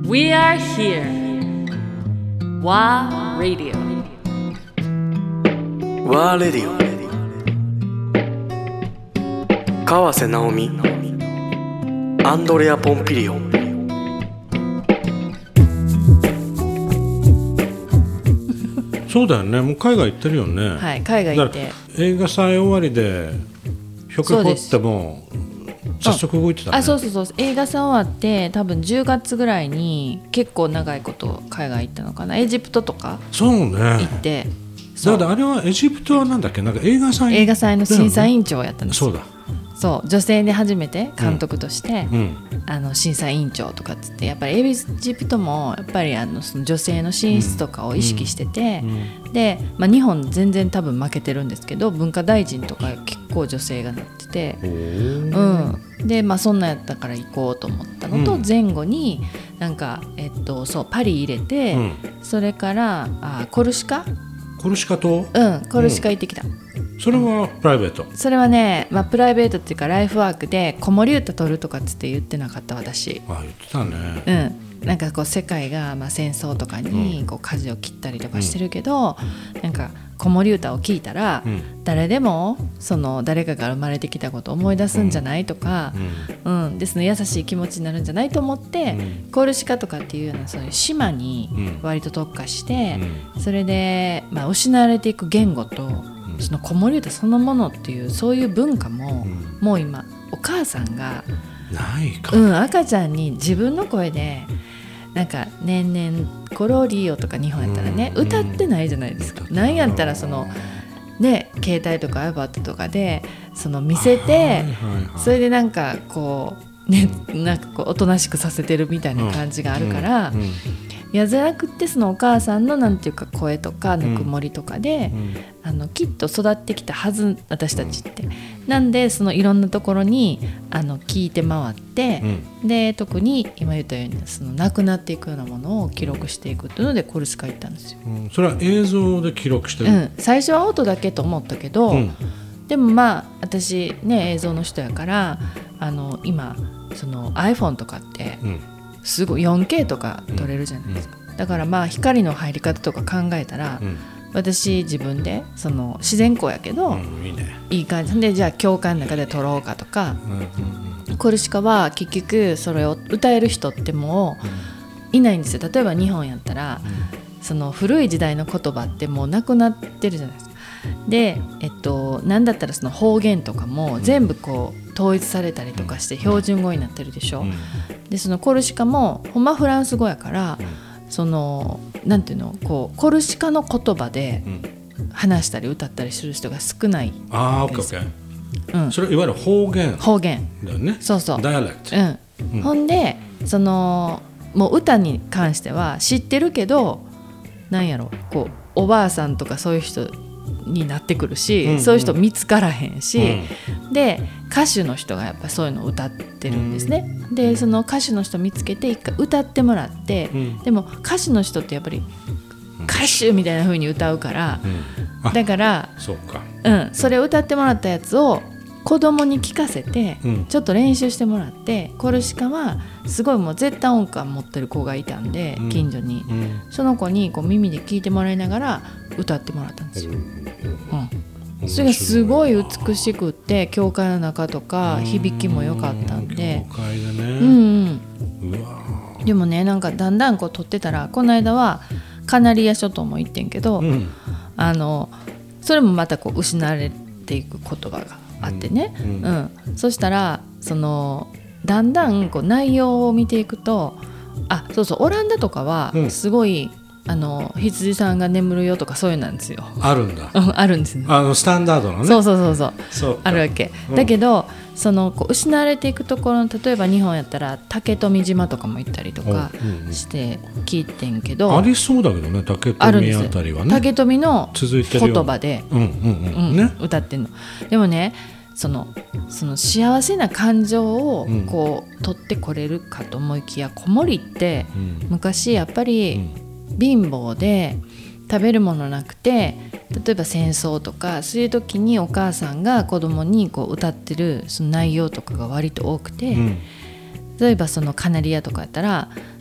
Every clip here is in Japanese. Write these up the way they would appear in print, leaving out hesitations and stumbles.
We are here. WA Radio. ワーレディオ川瀬直美アンドレア・ポンピリオン。 そうだよね、もう海外行ってるよね。 はい、海外行って。 映画祭終わりで曲掘っても早速動いてたね。 そう映画祭終わって多分10月ぐらいに結構長いこと海外行ったのかな。エジプトとかそうね行って。 だからあれはエジプトはなんだっけ、なんか映画祭の審査委員長をやったんですよ。 そうだ、 そう女性で初めて監督として、審査委員長とかっつって、やっぱりエジプトもやっぱりその女性の進出とかを意識してて、で、日本全然多分負けてるんですけど、文化大臣とか結構女性がなってて、でそんなんやったから行こうと思ったのと、前後になんかそうパリ入れて、それからコルシカコルシカ島、 コルシカ行ってきた。 それはプライベート？ それはね、プライベートっていうかライフワークで子守歌取るとかっつって言ってなかった私。 言ってたね。 なんかこう世界が戦争とかにこう舵を切ったりとかしてるけど、なんか子守歌を聞いたら、誰でもその誰かが生まれてきたことを思い出すんじゃないとか、でその優しい気持ちになるんじゃないと思って、コルシカとかっていうようなそういう島に割と特化して、それで、失われていく言語とその子守歌そのものっていうそういう文化も、もう今お母さんがないか、 赤ちゃんに自分の声でなんかねんねんコロリオとか日本やったらね、歌ってないじゃないですか。なんやったらそのね、携帯とか iPad とかでその見せて、それでなんかこうね、なんかこうおとなしくさせてるみたいな感じがあるから、いやじゃなくってそのお母さんのなんていうか声とかぬくもりとかで、きっと育ってきたはず私たちって、なんでそのいろんなところに聞いて回って、で特に今言ったようにそのなくなっていくようなものを記録していくっていうのでコルシカ行ったんですよ。 それは映像で記録してる？ 最初は音だけと思ったけど、でも私ね映像の人やから今その iPhone とかってすごい 4K とか撮れるじゃないですか。だから光の入り方とか考えたら、私自分でその自然光やけど、いい感じでじゃあ教会の中で撮ろうかとか、コルシカは結局それを歌える人ってもういないんですよ。例えば日本やったら、その古い時代の言葉ってもうなくなってるじゃないですか。で、なんだったらその方言とかも全部こう統一されたりとかして標準語になってるでしょ。でそのコルシカもほんまフランス語やから、そのなんていうのこうコルシカの言葉で話したり歌ったりする人が少ないんです。 OK、それいわゆる方言だよね。 そうダイアレクト、 ほんでそのもう歌に関しては知ってるけど、なんやろこうおばあさんとかそういう人になってくるし、そういう人見つからへんし、で歌手の人がやっぱそういうのを歌ってるんですね。でその歌手の人見つけて一回歌ってもらって、でも歌手の人ってやっぱり歌手みたいな風に歌うから、だからそれを歌ってもらったやつを子供に聞かせて、ちょっと練習してもらって、コルシカはすごいもう絶対音感持ってる子がいたんで、近所に、その子にこう耳で聞いてもらいながら歌ってもらったんですよ。それがすごい美しくって、教会の中とか響きも良かったんで、 教会でね、 でもねなんかだんだんこう撮ってたら、この間はカナリア諸島も行ってんけど、それもまたこう失われていく言葉があってね、そしたらそのだんだんこう内容を見ていくと、オランダとかはすごい、羊さんが眠るよとかそういうなんですよ。 あるんだ。 あるんですね。 スタンダードのね。 そうあるわけ、だけどそのこう失われていくところの、例えば日本やったら竹富島とかも行ったりとかして聞いてんけど、 ありそうだけどね、竹富あたりはね、 竹富の言葉で歌ってんの。でもねその幸せな感情をこう取ってこれるかと思いきや、子守って昔やっぱり貧乏で食べるものなくて、例えば戦争とかそういう時にお母さんが子供にこう歌ってるその内容とかが割と多くて、例えばそのカナリアとかやったら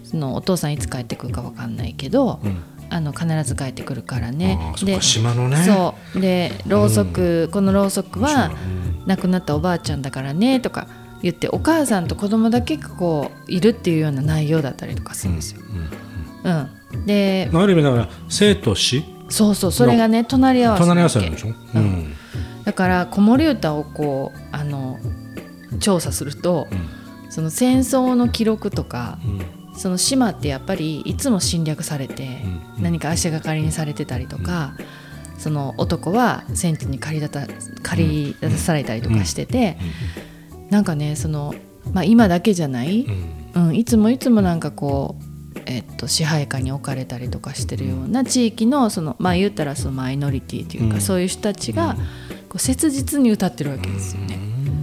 そのお父さんいつ帰ってくるか分かんないけど、必ず帰ってくるからね。 で島のね、 そうでろうそく、このろうそくは亡くなったおばあちゃんだからねとか言って、お母さんと子供だけがこういるっていうような内容だったりとかするんですよ。である意味だから生と死、 そうそれがね隣り合わせなんでしょ。 だから子守歌をこう調査すると、その戦争の記録とか、その島ってやっぱりいつも侵略されて、何か足がかりにされてたりとか、その男は戦地に駆り出されたりとかしてて、なんかねその、今だけじゃない、いつもなんかこう、支配下に置かれたりとかしてるような地域のその、言ったらそのマイノリティというか、そういう人たちがこう切実に歌ってるわけですよね。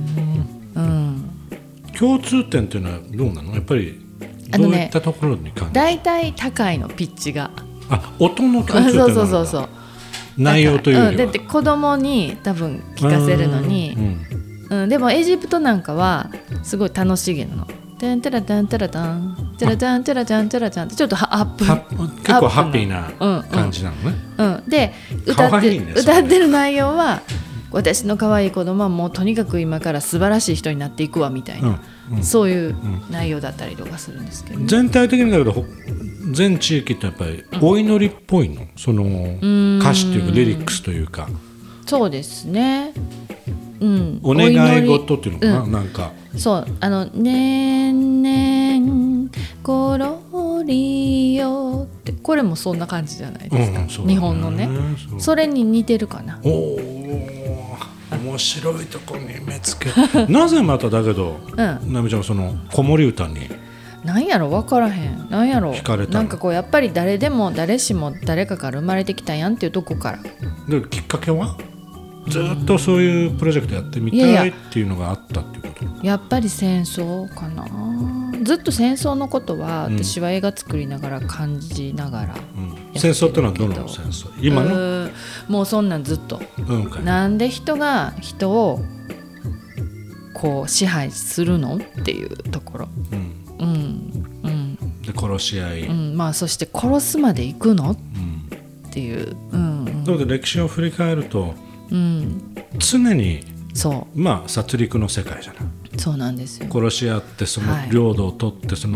共通点っていうのはどうなの？やっぱりどういったところに感じる？ 大体高いのピッチが。 音の共通点なんだ。 そう内容というよりは、 だって子供に多分聞かせるのに、でもエジプトなんかはすごい楽しげなの。テンテラタンテラタンテラタンテラタンテラタンってちょっと結構ハッピーな感じなのね。 で歌ってる内容は、私の可愛い子供はもうとにかく今から素晴らしい人になっていくわみたいな、そういう内容だったりとかするんですけど、 全体的にだけど全地域ってやっぱりお祈りっぽいの、その歌詞というかリリックスというか。 そうですね、 お願い事っていうのかな、なんかそうねんねんころりよって、これもそんな感じじゃないですか、日本のね。それに似てるかな。面白いところに目つけなぜまただけど、なみちゃんその子守歌になんやろ分からへん、なんやろ惹かれたの？ なんかこうやっぱり誰でも誰しも誰かから生まれてきたやんっていうとこから。 できっかけはずっとそういうプロジェクトやってみたいっていうのがあったっていうこと？ やっぱり戦争かな。ずっと戦争のことは私は映画作りながら感じながら、 戦争ってのはどの戦争？今のもうそんなんずっと、なんで人が人をこう支配するのっていうところ、 で殺し合い、 そして殺すまで行くの、っていう、 だけど歴史を振り返ると、常に殺戮の世界じゃない。 そうなんですよ。 殺し合ってその領土を取ってその、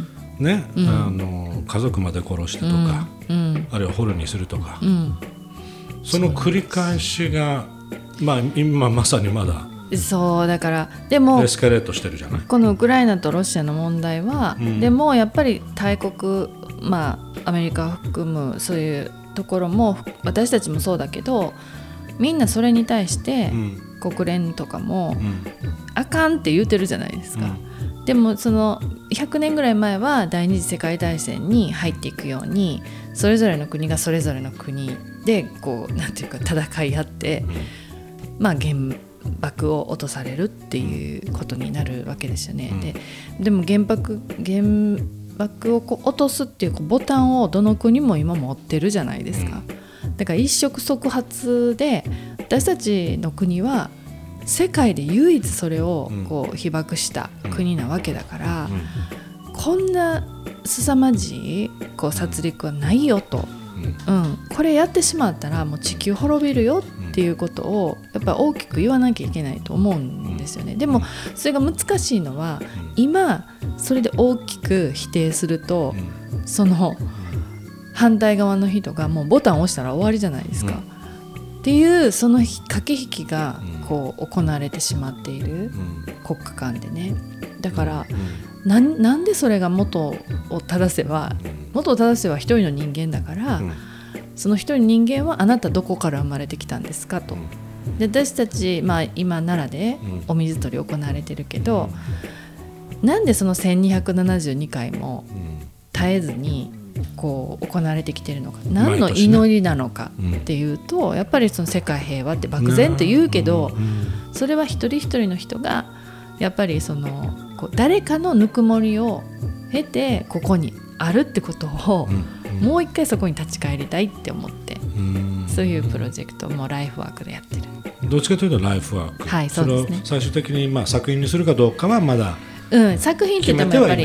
家族まで殺してとか、あるいは捕虜にするとか、その繰り返しが、今まさにまだそうだから、でもエスカレートしてるじゃない。 このウクライナとロシアの問題は、でもやっぱり大国、アメリカを含むそういうところも私たちもそうだけど、みんなそれに対して、国連とかも、あかんって言うてるじゃないですか。でもその100年ぐらい前は第二次世界大戦に入っていくように、それぞれの国がそれぞれの国でこうなんていうか戦い合って、原爆を落とされるっていうことになるわけですよね。でも原爆をこう落とすっていうボタンをどの国も今持ってるじゃないですか。だから一触即発で、私たちの国は世界で唯一それをこう被爆した国なわけだから、こんな凄まじいこう殺戮はないよと、これやってしまったらもう地球滅びるよっていうことをやっぱり大きく言わなきゃいけないと思うんですよね。でもそれが難しいのは、今それで大きく否定すると、その反対側の人がもうボタンを押したら終わりじゃないですか、っていうその駆け引きがこう行われてしまっている、国家間でね。だから、なんでそれが元を正せば一人の人間だから、その一人の人間はあなたどこから生まれてきたんですかと。で私たち、今奈良でお水取り行われてるけど、なんでその1272回も絶えずにこう行われてきているのか、何の祈りなのかっていうと、やっぱりその世界平和って漠然と言うけど、それは一人一人の人がやっぱりそのこう誰かのぬくもりを経てここにあるってことを、もう一回そこに立ち返りたいって思って、そういうプロジェクトもライフワークでやってる。 どっちかというとライフワーク、 はい、そうですね。 それを最終的に作品にするかどうかはまだ作品って言ってもやっぱり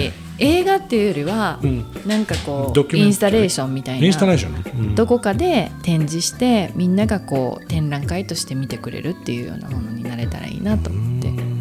映画っていうよりは、なんかこうインスタレーションみたいな、 インスタレーション、 どこかで展示してみんながこう展覧会として見てくれるっていうようなものになれたらいいなと思って。